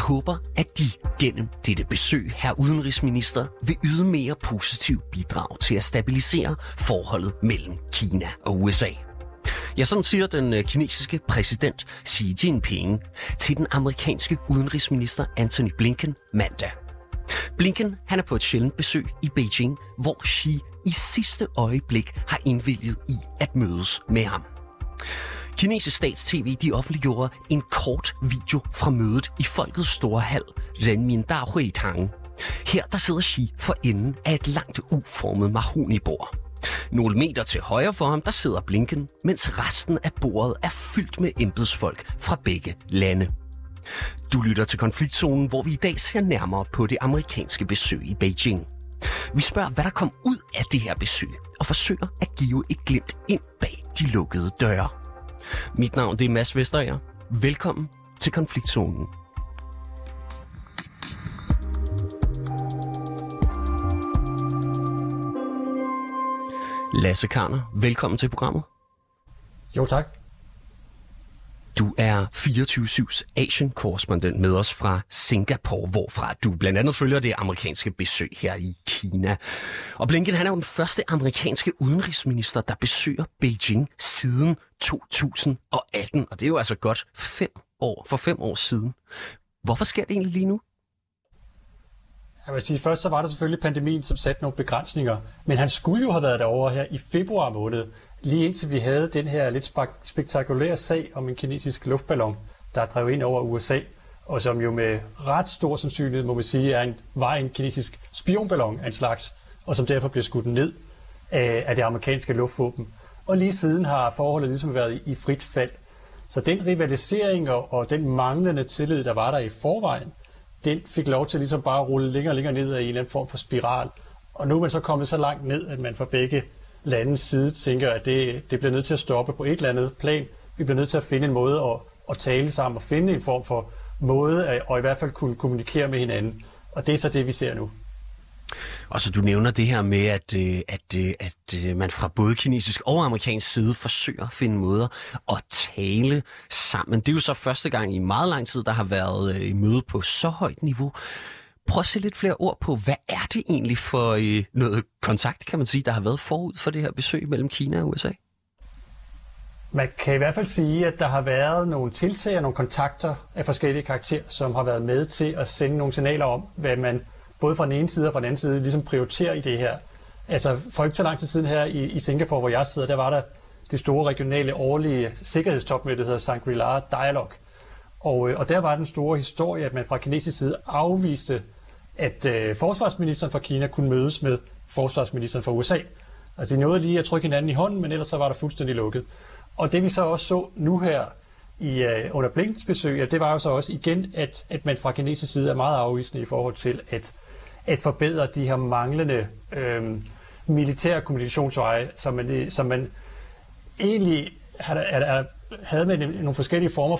håber, at de gennem dette besøg, herr udenrigsminister, vil yde mere positiv bidrag til at stabilisere forholdet mellem Kina og USA. Ja, sådan siger den kinesiske præsident Xi Jinping til den amerikanske udenrigsminister Antony Blinken mandag. Blinken han er på et sjældent besøg i Beijing, hvor Xi i sidste øjeblik har indvilget i at mødes med ham. Kinesisk stats-tv de offentliggjorde en kort video fra mødet i folkets store hal, Renmindahuitang. Her der sidder Xi for enden af et langt uformet mahognibord. Nogle meter til højre for ham, der sidder Blinken, mens resten af bordet er fyldt med embedsfolk fra begge lande. Du lytter til Konfliktzonen, hvor vi i dag ser nærmere på det amerikanske besøg i Beijing. Vi spørger, hvad der kom ud af det her besøg, og forsøger at give et glimt ind bag de lukkede døre. Mit navn det er Mads Vesterager. Velkommen til Konfliktzonen. Lasse Karner, velkommen til programmet. Jo, tak. Du er 24/7's Asien-korrespondent med os fra Singapore, hvorfra du blandt andet følger det amerikanske besøg her i Kina. Og Blinken han er jo den første amerikanske udenrigsminister, der besøger Beijing siden 2018. Og det er jo altså godt 5 år, for 5 år siden. Hvorfor sker det egentlig lige nu? Jeg vil sige, først så var der selvfølgelig pandemien, som satte nogle begrænsninger. Men han skulle jo have været derovre her i februar måned, lige indtil vi havde den her lidt spektakulære sag om en kinesisk luftballon, der drev ind over USA, og som jo med ret stor sandsynlighed, må man sige, var en kinesisk spionballon af en slags, og som derfor blev skudt ned af det amerikanske luftvåben. Og lige siden har forholdet ligesom været i frit fald. Så den rivalisering og den manglende tillid, der var der i forvejen, den fik lov til ligesom bare at rulle længere og længere ned af en eller anden form for spiral. Og nu er man så kommet så langt ned, at man fra begge landes side tænker, at det bliver nødt til at stoppe på et eller andet plan. Vi bliver nødt til at finde en måde at tale sammen og finde en form for måde og i hvert fald kunne kommunikere med hinanden. Og det er så det, vi ser nu. Og så du nævner det her med, at man fra både kinesisk og amerikansk side forsøger at finde måder at tale sammen. Det er jo så første gang i meget lang tid, der har været i møde på så højt niveau. Prøv at se lidt flere ord på, hvad er det egentlig for noget kontakt, kan man sige, der har været forud for det her besøg mellem Kina og USA? Man kan i hvert fald sige, at der har været nogle tiltag og nogle kontakter af forskellige karakterer, som har været med til at sende nogle signaler om, hvad man både fra den ene side og fra den anden side ligesom prioriterer i det her. Altså for ikke så lang tid siden her i Singapore, hvor jeg sidder, der var der det store regionale årlige sikkerhedstopmøde, der hedder Shangri-La Dialogue. Og der var den store historie, at man fra kinesisk side afviste, at forsvarsministeren fra Kina kunne mødes med forsvarsministeren fra USA. Altså de nåede lige at trykke hinanden i hånden, men ellers så var der fuldstændig lukket. Og det vi så også så nu her under Blinkens besøg, det var jo så også igen, at man fra kinesisk side er meget afvisende i forhold til at forbedre de her manglende militære kommunikationsveje, som man egentlig havde med nogle forskellige former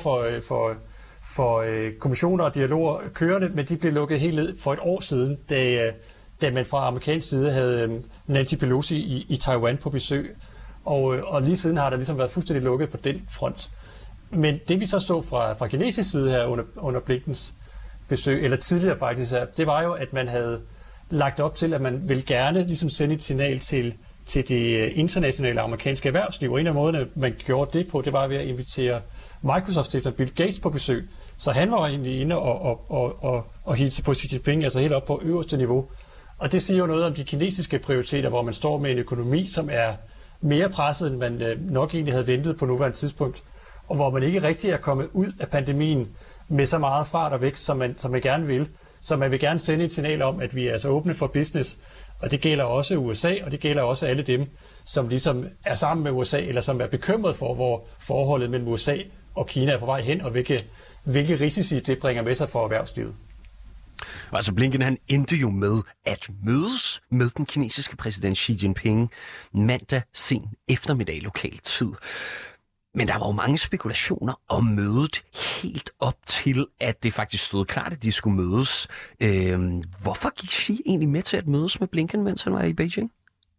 for kommissioner og dialoger kørende, men de blev lukket helt ned for et år siden, da man fra amerikansk side havde Nancy Pelosi i Taiwan på besøg. Og lige siden har der ligesom været fuldstændig lukket på den front. Men det vi så fra kinesisk side her under Blinkens besøg, eller tidligere faktisk, det var jo, at man havde lagt op til, at man ville gerne ligesom sende et signal til det internationale amerikanske erhvervsliv. Og en af måderne, man gjorde det på, det var ved at invitere Microsoft-stifter Bill Gates på besøg. Så han var egentlig inde og hilse på Xi Jinping, altså helt op på øverste niveau. Og det siger jo noget om de kinesiske prioriteter, hvor man står med en økonomi, som er mere presset, end man nok egentlig havde ventet på nuværende tidspunkt, og hvor man ikke rigtig er kommet ud af pandemien med så meget fart og vækst, som man gerne vil. Så man vil gerne sende et signal om, at vi er så åbne for business, og det gælder også USA, og det gælder også alle dem, som ligesom er sammen med USA, eller som er bekymret for, hvor forholdet mellem USA og Kina er på vej hen, og hvilke risici det bringer med sig for erhvervslivet. Altså Blinken han endte jo med at mødes med den kinesiske præsident Xi Jinping mandag sen eftermiddag lokal tid. Men der var jo mange spekulationer om mødet helt op til, at det faktisk stod klart, at de skulle mødes. Hvorfor gik Xi egentlig med til at mødes med Blinken, mens han var i Beijing?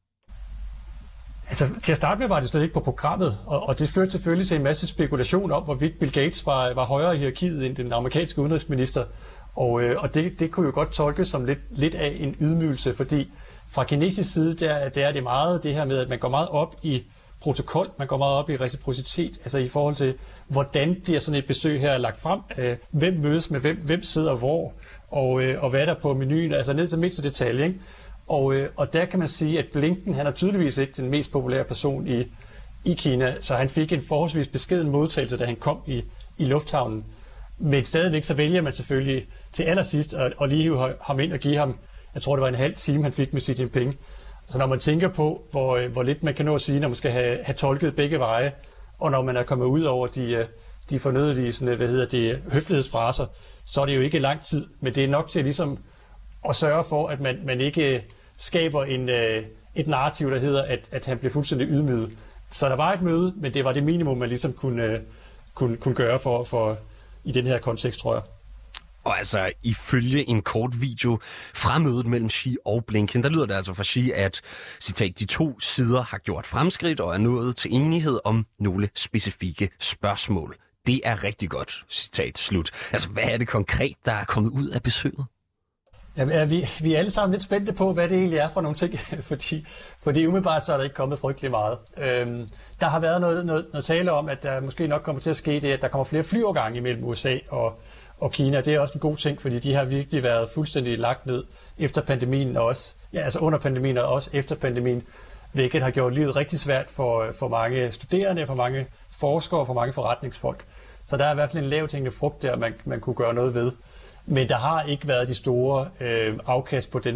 Altså, til at starte med var det slet ikke på programmet, og det førte selvfølgelig til en masse spekulation om, hvorvidt Bill Gates var højere i hierarkiet end den amerikanske udenrigsminister. Og det kunne jo godt tolkes som lidt af en ydmygelse, fordi fra kinesisk side, der er det meget det her med, at man går meget op i protokol, man går meget op i reciprocitet, altså i forhold til, hvordan bliver sådan et besøg her lagt frem, hvem mødes med hvem sidder hvor, og hvad er der på menuen, altså ned til mindste detalje, ikke? Og der kan man sige, at Blinken, han er tydeligvis ikke den mest populære person i Kina, så han fik en forholdsvis beskeden modtagelse, da han kom i lufthavnen. Men stadigvæk så vælger man selvfølgelig til allersidst at lige hive ham ind og give ham, jeg tror det var en halv time, han fik med Xi Jinping. Så når man tænker på, hvor lidt man kan nå at sige, når man skal have tolket begge veje, og når man er kommet ud over de fornødelige sådan, høflighedsfraser, så er det jo ikke lang tid, men det er nok til ligesom at sørge for, at man ikke skaber et narrativ, der hedder, at han bliver fuldstændig ydmyget. Så der var et møde, men det var det minimum, man ligesom kunne gøre for i den her kontekst, tror jeg. Og altså, ifølge en kort video fra mødet mellem Xi og Blinken, der lyder det altså fra Xi, at, citat, de to sider har gjort fremskridt og er nået til enighed om nogle specifikke spørgsmål. Det er rigtig godt, citat slut. Altså, hvad er det konkret, der er kommet ud af besøget? Ja, vi er alle sammen lidt spændte på, hvad det egentlig er for nogle ting, fordi umiddelbart så er der ikke kommet frygtelig meget. Der har været noget tale om, at der måske nok kommer til at ske det, at der kommer flere flyovergange imellem USA og Kina. Det er også en god ting, fordi de har virkelig været fuldstændig lagt ned efter pandemien og også, ja, altså under pandemien og også efter pandemien, hvilket har gjort livet rigtig svært for mange studerende, for mange forskere og for mange forretningsfolk. Så der er i hvert fald en lavthængende frugt der, man kunne gøre noget ved. Men der har ikke været de store afkast på det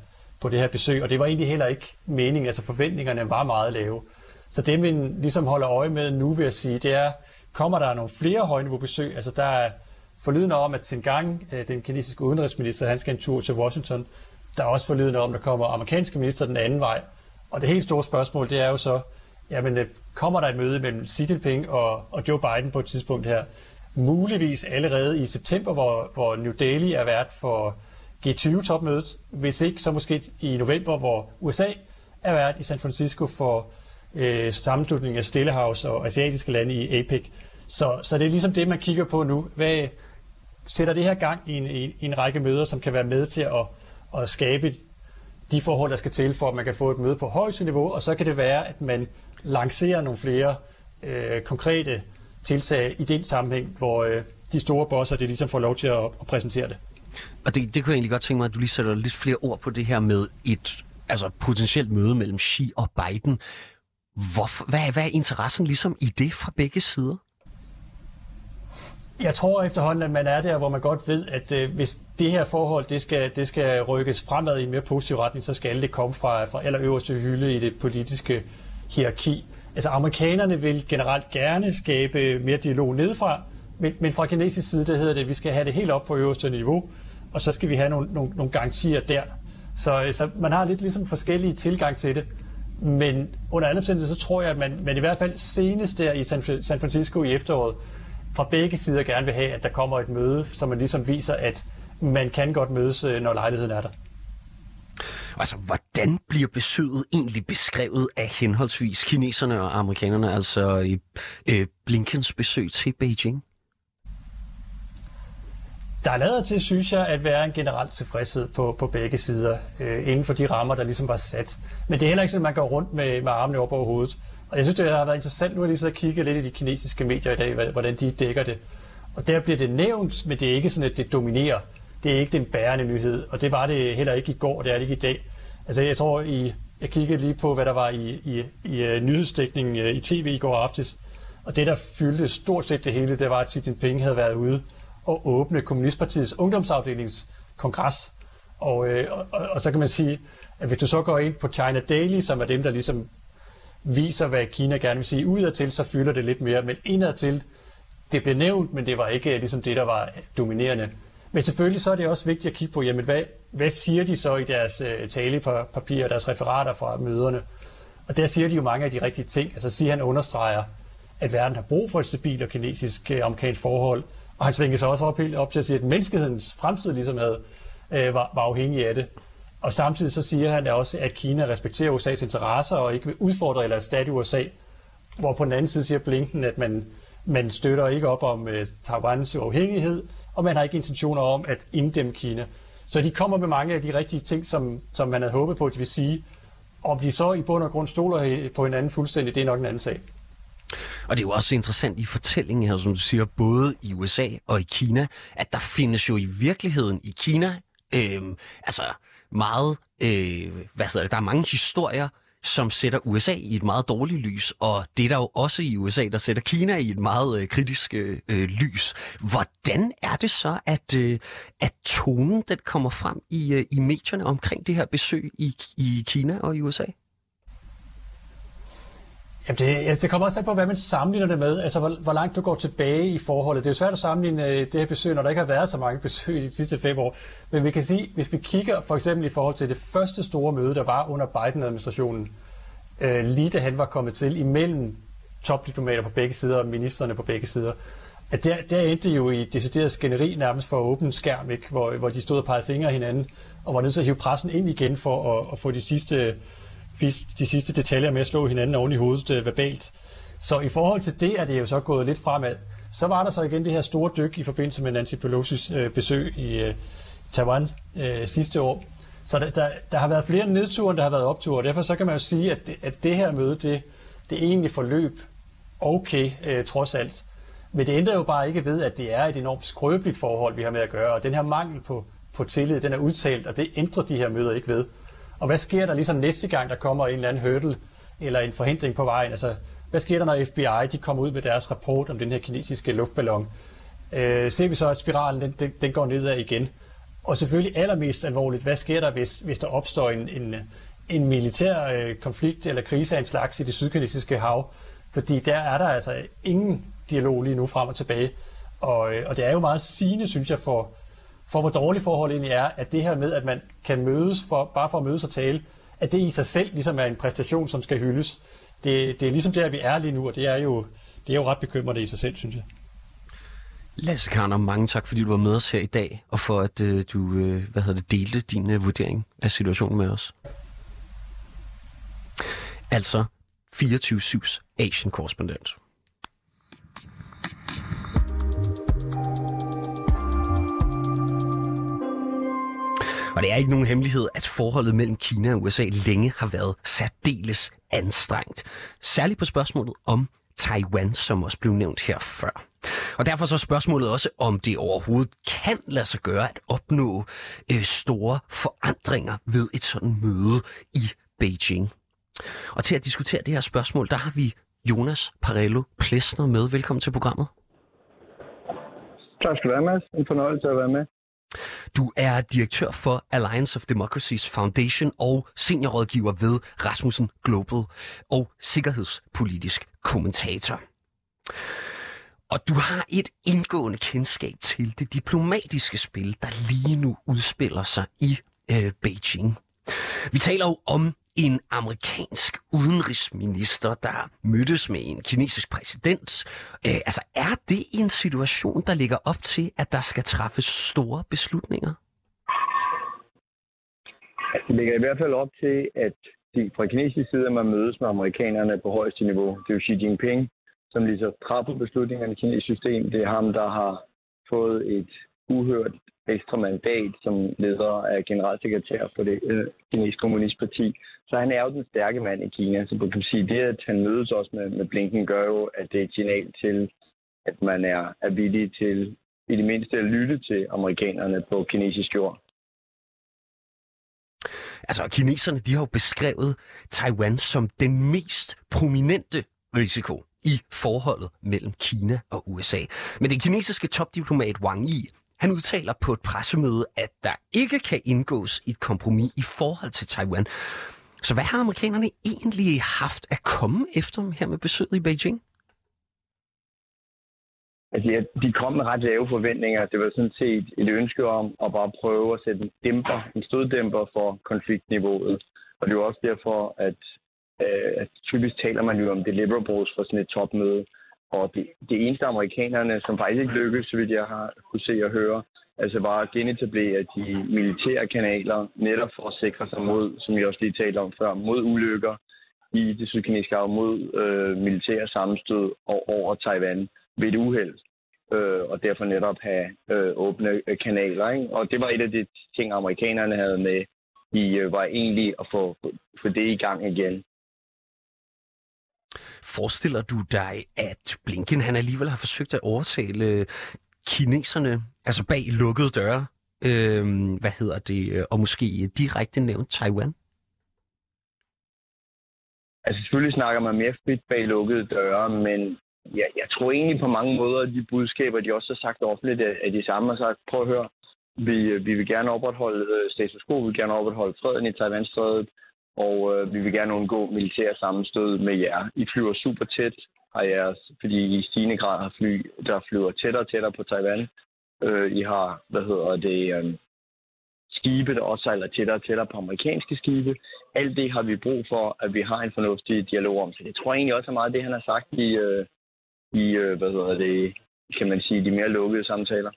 her besøg, og det var egentlig heller ikke meningen, altså forventningerne var meget lave. Så det, man ligesom holder øje med nu, vil jeg sige, det er, kommer der nogle flere højniveaubesøg? Altså der er forlydende om, at Gang, den kinesiske udenrigsminister, han skal en tur til Washington. Der er også forlydende om, at der kommer amerikanske minister den anden vej. Og det helt store spørgsmål, det er jo så, jamen kommer der et møde mellem Xi Jinping og Joe Biden på et tidspunkt her? Muligvis allerede i september, hvor New Delhi er vært for G20-topmødet. Hvis ikke, så måske i november, hvor USA er vært i San Francisco for sammenslutningen af Stillehavs og asiatiske lande i APEC. Så det er ligesom det, man kigger på nu. Hvad sætter det her gang i en række møder, som kan være med til at skabe de forhold, der skal til, for at man kan få et møde på højeste niveau, og så kan det være, at man lancerer nogle flere konkrete tiltag i den sammenhæng, hvor de store bosser, det ligesom får lov til at præsentere det. Og det kunne jeg egentlig godt tænke mig, at du lige sætter lidt flere ord på det her med et potentielt møde mellem Xi og Biden. Hvad er interessen ligesom i det fra begge sider? Jeg tror efterhånden, at man er der, hvor man godt ved, at hvis det her forhold det skal rykkes fremad i en mere positiv retning, så skal det komme fra allerøverste hylde i det politiske hierarki. Altså amerikanerne vil generelt gerne skabe mere dialog nedefra, men fra kinesisk side, der hedder det, at vi skal have det helt op på øverste niveau, og så skal vi have nogle garantier der. Så man har lidt ligesom forskellige tilgang til det, men under alle omstændigheder, så tror jeg, at man i hvert fald senest der i San Francisco i efteråret, fra begge sider gerne vil have, at der kommer et møde, så man ligesom viser, at man kan godt mødes, når lejligheden er der. Altså, hvordan bliver besøget egentlig beskrevet af henholdsvis kineserne og amerikanerne, altså Blinkens besøg til Beijing? Der er lavet til, synes jeg, at være en generel tilfredshed på begge sider, inden for de rammer, der ligesom var sat. Men det er heller ikke sådan, at man går rundt med armene op over hovedet. Og jeg synes, det har været interessant nu at lige så kigge lidt i de kinesiske medier i dag, hvordan de dækker det. Og der bliver det nævnt, men det er ikke sådan, at det dominerer. Det er ikke den bærende nyhed, og det var det heller ikke i går, det er det ikke i dag. Altså jeg tror, jeg kiggede lige på, hvad der var i nyhedsdækningen i tv i går aftes, og det, der fyldte stort set det hele, det var, at Xi Jinping havde været ude og åbne Kommunistpartiets ungdomsafdelings kongres. Og så kan man sige, at hvis du så går ind på China Daily, som er dem, der ligesom viser, hvad Kina gerne vil sige udadtil, så fylder det lidt mere, men indadtil, det blev nævnt, men det var ikke ligesom det, der var dominerende. Men selvfølgelig så er det også vigtigt at kigge på, jamen hvad siger de så i deres talepapirer, deres referater fra møderne? Og der siger de jo mange af de rigtige ting. Altså siger han understreger, at verden har brug for et stabilt og kinesisk-amerikansk forhold, og han svinger sig også op til at sige, at menneskehedens fremtid ligesom var afhængig af det. Og samtidig så siger han også, at Kina respekterer USA's interesser og ikke vil udfordre eller erstatte USA, hvor på den anden side siger Blinken, at man støtter ikke op om Taiwans uafhængighed, og man har ikke intentioner om at inddæmme Kina. Så de kommer med mange af de rigtige ting, som man havde håbet på, at de vil sige. Om de så i bund og grund stoler på hinanden fuldstændig, det er nok en anden sag. Og det er jo også interessant i fortællingen her, som du siger, både i USA og i Kina, at der findes jo i virkeligheden i Kina meget, der er mange historier, som sætter USA i et meget dårligt lys, og det er der jo også i USA, der sætter Kina i et meget kritisk lys. Hvordan er det så, at tonen den kommer frem i medierne omkring det her besøg i Kina og i USA? Jamen det kommer også an på, hvad man sammenligner det med. Altså, hvor langt du går tilbage i forholdet. Det er jo svært at sammenligne det her besøg, når der ikke har været så mange besøg i de sidste 5 år. Men vi kan sige, hvis vi kigger for eksempel i forhold til det første store møde, der var under Biden-administrationen, lige da han var kommet til, imellem topdiplomater på begge sider og ministerne på begge sider, at der endte jo i decideret skænderi nærmest for åben skærm, ikke? Hvor de stod og pegede fingre af hinanden, og var nødt til at hive pressen ind igen for at få de sidste detaljer med at slå hinanden oven i hovedet verbalt. Så i forhold til det er det jo så gået lidt fremad. Så var der så igen det her store dyk i forbindelse med Nancy Pelosi's besøg i Taiwan sidste år. Så der har været flere nedture, end der har været opture, og derfor så kan man jo sige, at det her møde, det egentlig forløb okay, trods alt. Men det ændrer jo bare ikke ved, at det er et enormt skrøbeligt forhold, vi har med at gøre, og den her mangel på tillid, den er udtalt, og det ændrer de her møder ikke ved. Og hvad sker der ligesom næste gang, der kommer en eller anden hurdle eller en forhindring på vejen? Altså, hvad sker der, når FBI de kommer ud med deres rapport om den her kinesiske luftballon? Ser vi så, at spiralen den går nedad igen? Og selvfølgelig allermest alvorligt, hvad sker der, hvis der opstår en militær konflikt eller krise af en slags i det sydkinesiske hav? Fordi der er der altså ingen dialog lige nu frem og tilbage. Og det er jo meget sigende, synes jeg, for hvor dårligt forhold egentlig er, at det her med, at man kan mødes bare for at mødes og tale, at det i sig selv ligesom er en præstation, som skal hyldes. Det er ligesom der, vi er lige nu, og det er jo ret bekymrende i sig selv, synes jeg. Lasse Karner, mange tak, fordi du var med os her i dag, og for at du delte din vurdering af situationen med os. Altså 24/7's Asian-korrespondent. Og det er ikke nogen hemmelighed, at forholdet mellem Kina og USA længe har været særdeles anstrengt. Særligt på spørgsmålet om Taiwan, som også blev nævnt her før. Og derfor så er spørgsmålet også, om det overhovedet kan lade sig gøre at opnå store forandringer ved et sådan møde i Beijing. Og til at diskutere det her spørgsmål, der har vi Jonas Parello Plesner med. Velkommen til programmet. Tak skal du have, Mads. En fornøjelse at være med. Du er direktør for Alliance of Democracies Foundation og seniorrådgiver ved Rasmussen Global og sikkerhedspolitisk kommentator. Og du har et indgående kendskab til det diplomatiske spil, der lige nu udspiller sig i Beijing. Vi taler jo om en amerikansk udenrigsminister, der mødtes med en kinesisk præsident. Er det en situation, der ligger op til, at der skal træffes store beslutninger? Det ligger i hvert fald op til, at fra kinesisk side, at man mødes med amerikanerne på højeste niveau. Det er jo Xi Jinping, som lige så træffer beslutningerne i kinesisk system. Det er ham, der har fået et uhørt ekstra mandat som leder af generalsekretær for det kinesiske kommunistparti. Så han er jo den stærke mand i Kina. Så man kan sige, det, at han mødes også med Blinken, gør jo, at det er et signal til, at man er villig til i det mindste at lytte til amerikanerne på kinesisk jord. Altså, kineserne, de har jo beskrevet Taiwan som den mest prominente risiko i forholdet mellem Kina og USA. Men den kinesiske topdiplomat Wang Yi, han udtaler på et pressemøde, at der ikke kan indgås et kompromis i forhold til Taiwan. Så hvad har amerikanerne egentlig haft at komme efter her med besøget i Beijing? Altså, de kom med ret lave forventninger. Det var sådan set et ønske om at bare prøve at sætte en støddæmper for konfliktniveauet. Og det er jo også derfor, at typisk taler man jo om deliverables for sådan et topmøde. Og det eneste amerikanerne, som faktisk ikke lykkedes, så vidt jeg har kunne se og høre, altså var at genetablere de militære kanaler, netop for at sikre sig mod, som jeg også lige talte om før, mod ulykker i det sydkinesiske hav, mod militære sammenstød og over Taiwan ved et uheld. og derfor netop have åbne kanaler. Ikke? Og det var et af de ting, amerikanerne havde med, var egentlig at få det i gang igen. Forestiller du dig, at Blinken han alligevel har forsøgt at overtale kineserne, altså bag lukkede døre, og måske direkte nævnt Taiwan? Altså selvfølgelig snakker man mere frit bag lukkede døre, men jeg tror egentlig på mange måder, at de budskaber, de også har sagt offentligt, er de samme. Og sagt, prøv at høre, vi vil gerne opretholde status quo, vi vil gerne opretholde freden i Taiwanstrædet, og vi vil gerne undgå militær sammenstød med jer. I flyver super tæt, fordi I stigende grad har fly, der flyver tættere og tættere på Taiwan. I har, skibe, der også sejler tættere og tættere på amerikanske skibe. Alt det har vi brug for, at vi har en fornuftig dialog om. Så jeg tror egentlig også meget af det, han har sagt kan man sige, de mere lukkede samtaler.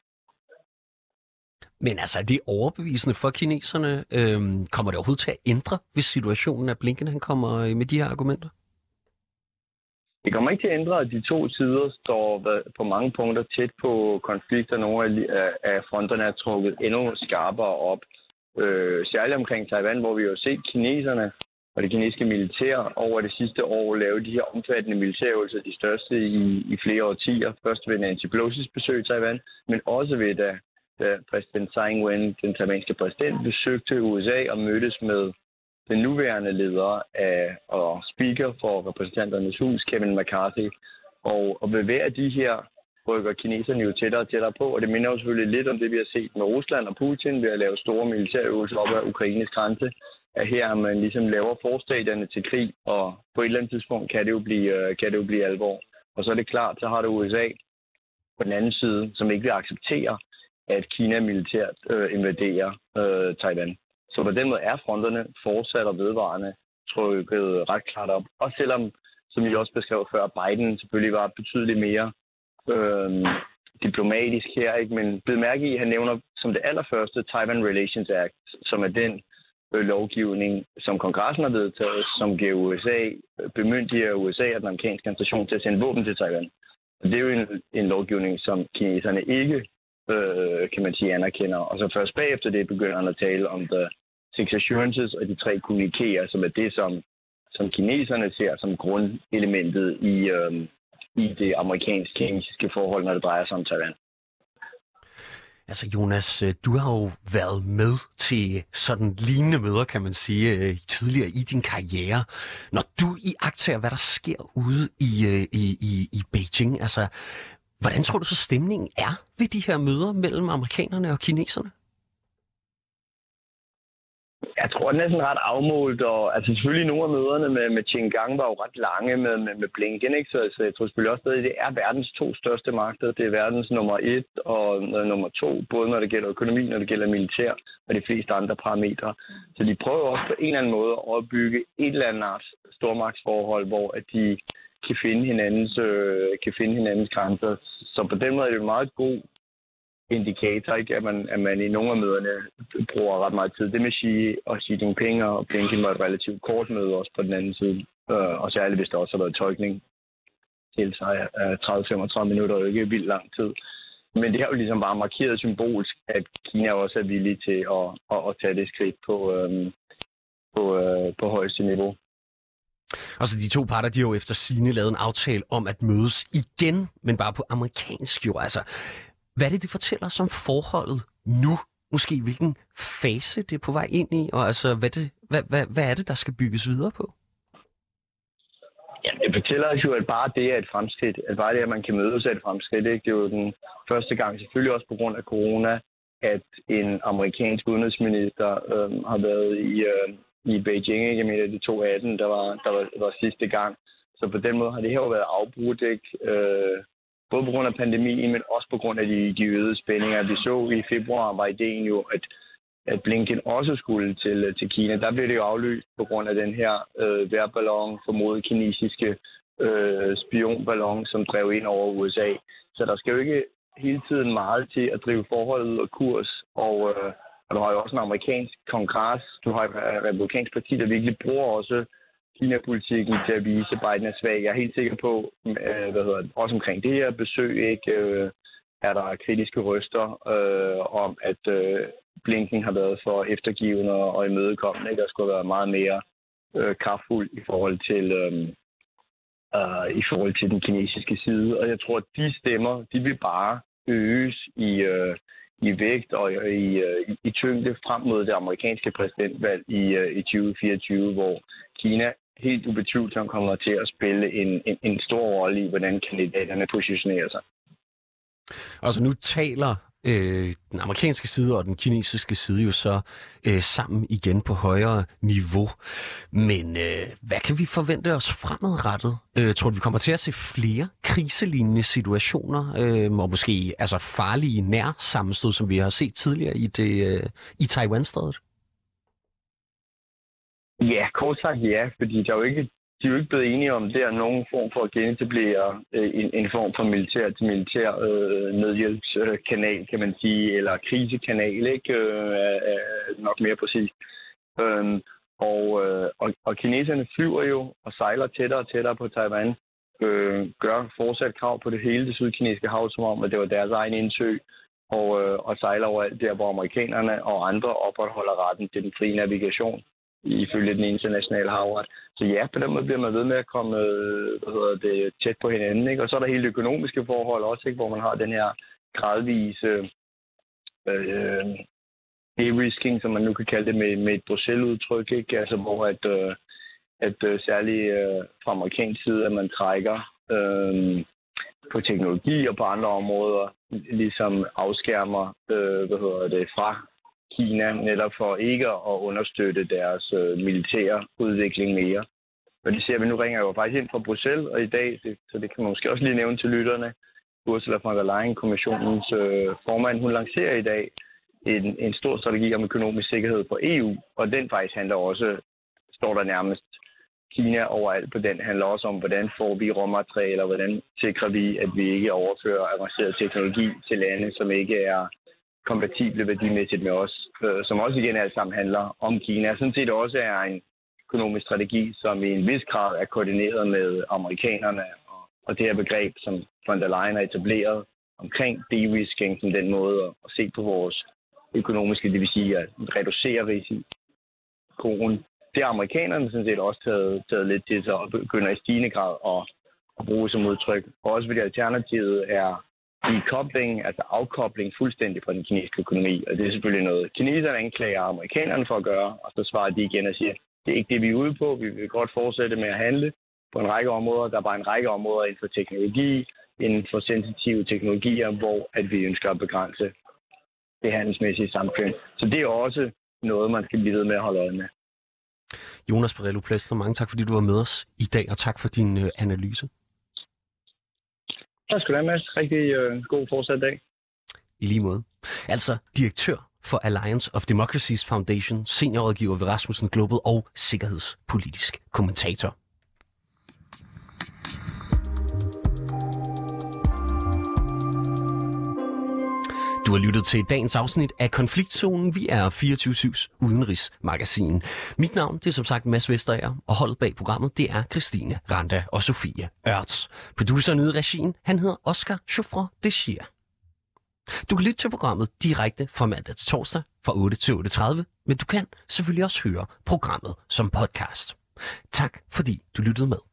Men altså, er det overbevisende for kineserne? Kommer det overhovedet til at ændre, hvis situationen af Blinken han kommer med de her argumenter? Det kommer ikke til at ændre, at de to sider står på mange punkter tæt på konflikter. Nogle af fronterne er trukket endnu skarpere op. Særligt omkring Taiwan, hvor vi jo har set kineserne og det kinesiske militær over det sidste år lave de her omfattende militærøvelser, de største i flere årtier. Først ved Nancy Pelosi's besøg i Taiwan, men også ved da præsident Tsai Ing-wen, den taiwanske præsident, besøgte USA og mødtes med den nuværende leder og speaker for repræsentanternes hus, Kevin McCarthy. Og ved hver af de her rykker kineserne jo tættere og tættere på, og det minder jo selvfølgelig lidt om det, vi har set med Rusland og Putin ved at lave store militærøvelser op ad Ukraines grænse. At her man ligesom laver forstadierne til krig, og på et eller andet tidspunkt kan det jo blive alvor. Og så er det klart, så har det USA på den anden side, som ikke vil acceptere, at Kina militært invaderer Taiwan. Så på den måde er fronterne fortsat og vedvarende trykket ret klart op. Og selvom, som I også beskrev før, Biden selvfølgelig var betydeligt mere diplomatisk her, ikke? Men bed mærke i, at han nævner som det allerførste Taiwan Relations Act, som er den lovgivning, som kongressen har vedtaget, som giver bemyndiger USA og den amerikanske administration til at sende våben til Taiwan. Og det er jo en lovgivning, som kineserne ikke kan man sige, anerkender. Og så først bagefter det begynder han at tale om the six assurances og de 3 kommunikerer, som er det, som kineserne ser som grundelementet i det amerikansk-kinesiske forhold, når det drejer sig om Taiwan. Altså Jonas, du har jo været med til sådan lignende møder, kan man sige, tidligere i din karriere. Når du iagttager, hvad der sker ude i Beijing, altså hvordan tror du så stemningen er ved de her møder mellem amerikanerne og kineserne? Jeg tror, den er sådan ret afmålt, og altså selvfølgelig nogle af møderne med Qinggang var jo ret lange med Blinken, ikke? Så jeg tror selvfølgelig også, at det er verdens 2 største magter. Det er verdens nummer 1 og nummer 2, både når det gælder økonomi, når det gælder militær og de fleste andre parametre. Så de prøver også på en eller anden måde at opbygge et eller andet stormagtsforhold, hvor at de kan finde hinandens grænser. Så på den måde er det en meget god indikator, ikke? At man i nogle af møderne bruger ret meget tid. Det med Xi Jinping og Blinken var et relativt kort møde også på den anden side. Og særligt hvis der også har været tolkning til sig af 30-35 minutter og ikke vildt lang tid. Men det har jo ligesom bare markeret symbolsk, at Kina også er villig til at tage det skridt på højeste niveau. Altså de 2 parter, de har jo efter sigende lavet en aftale om at mødes igen, men bare på amerikansk jord. Altså, hvad er det fortæller os om forholdet nu? Måske hvilken fase det er på vej ind i, og altså, hvad er det, der skal bygges videre på? Ja, det fortæller os jo, at bare det er et fremskridt. At bare det, at man kan mødes, er et fremskridt. Ikke? Det er jo den første gang, selvfølgelig også på grund af corona, at en amerikansk udenrigsminister har været i Beijing. Ikke? Jeg mener, det 2018, der var sidste gang. Så på den måde har det her jo været afbrudt, ikke? Både på grund af pandemien, men også på grund af de øgede spændinger. Vi så i februar, var ideen jo, at Blinken også skulle til Kina. Der blev det jo aflyst på grund af den her vejrballon, formodet kinesiske spionballon, som drev ind over USA. Så der skal jo ikke hele tiden meget til at drive forholdet og kurs. Og du har jo også en amerikansk kongres. Du har et republikansk parti, der virkelig bruger også Kina-politikken til at vise, at Biden er svag. Jeg er helt sikker på, også omkring det her besøg, ikke? er der kritiske røster om, at Blinken har været for eftergivende og imødekommende. Der skulle være meget mere kraftfuld i forhold til den kinesiske side. Og jeg tror, at de stemmer, de vil bare øges i vægt og i tyngde frem mod det amerikanske præsidentvalg i 2024, hvor Kina helt ubetvivlsomt kommer til at spille en stor rolle i, hvordan kandidaterne positionerer sig. Altså nu taler den amerikanske side og den kinesiske side jo så sammen igen på højere niveau. Men hvad kan vi forvente os fremadrettet? Tror du, vi kommer til at se flere kriselignende situationer, og måske altså farlige nær sammenstød, som vi har set tidligere i Taiwan-strædet? Ja, kort sagt ja, fordi de er jo ikke blevet enige om, det er nogen form for at genetablere en form for militær nødhjælpskanal, kan man sige, eller krisekanal, ikke? Nok mere præcis. Og kineserne flyver jo og sejler tættere og tættere på Taiwan, gør fortsat krav på det hele det sydkinesiske hav, som om, at det var deres egen indsø, og sejler overalt der, hvor amerikanerne og andre opretholder retten til den frie navigation ifølge den internationale havret. Så ja, på den måde bliver man ved med at komme tæt på hinanden. Ikke? Og så er der hele det økonomiske forhold også, ikke? Hvor man har den her gradvise de-risking, som man nu kan kalde det med et Bruxelles-udtryk, ikke? Altså, hvor at særligt fra amerikansk side, at man trækker på teknologi og på andre områder, ligesom afskærmer fra Kina, netop for ikke at understøtte deres militære udvikling mere. Og det ser vi nu, ringer jo faktisk ind fra Bruxelles, og i dag, så det kan man måske også lige nævne til lytterne, Ursula von der Leyen, kommissionens formand, hun lancerer i dag en stor strategi om økonomisk sikkerhed for EU, og den faktisk handler også, står der nærmest, Kina overalt på den, handler også om, hvordan får vi råmaterialer, hvordan sikrer vi, at vi ikke overfører avanceret teknologi til lande, som ikke er kompatible værdimæssigt med os, som også igen alt sammen handler om Kina. Sådan set også er en økonomisk strategi, som i en vis grad er koordineret med amerikanerne, og det her begreb, som von der Leyen har etableret omkring de-risking, som den måde at se på vores økonomiske, det vil sige at reducere risikoen. Det har amerikanerne sådan set også taget lidt til sig og begynder i stigende grad at bruge som udtryk. Og også fordi alternativet er dekobling, altså afkobling fuldstændig fra den kinesiske økonomi. Og det er selvfølgelig noget, kineserne anklager amerikanerne for at gøre, og så svarer de igen og siger, det er ikke det, vi er ude på. Vi vil godt fortsætte med at handle på en række områder. Der er bare en række områder inden for teknologi, inden for sensitive teknologier, hvor at vi ønsker at begrænse det handelsmæssige samkvem. Så det er også noget, man skal blive ved med at holde øje med. Jonas Borrello Plesner, mange tak, fordi du var med os i dag, og tak for din analyse. Tak skal du have, Mads. Rigtig god fortsat dag. I lige måde. Altså direktør for Alliance of Democracies Foundation, seniorrådgiver ved Rasmussen Global og sikkerhedspolitisk kommentator. Du har lyttet til dagens afsnit af Konfliktzonen. Vi er 24/7's udenrigsmagasin. Mit navn det er som sagt Mads Vesterager, og holdet bag programmet det er Christine Randa og Sofie Ørts. Produceren ude i regien, han hedder Oscar Chauffeur Deschier. Du kan lytte til programmet direkte fra mandag til torsdag fra 8 til 8:30, men du kan selvfølgelig også høre programmet som podcast. Tak fordi du lyttede med.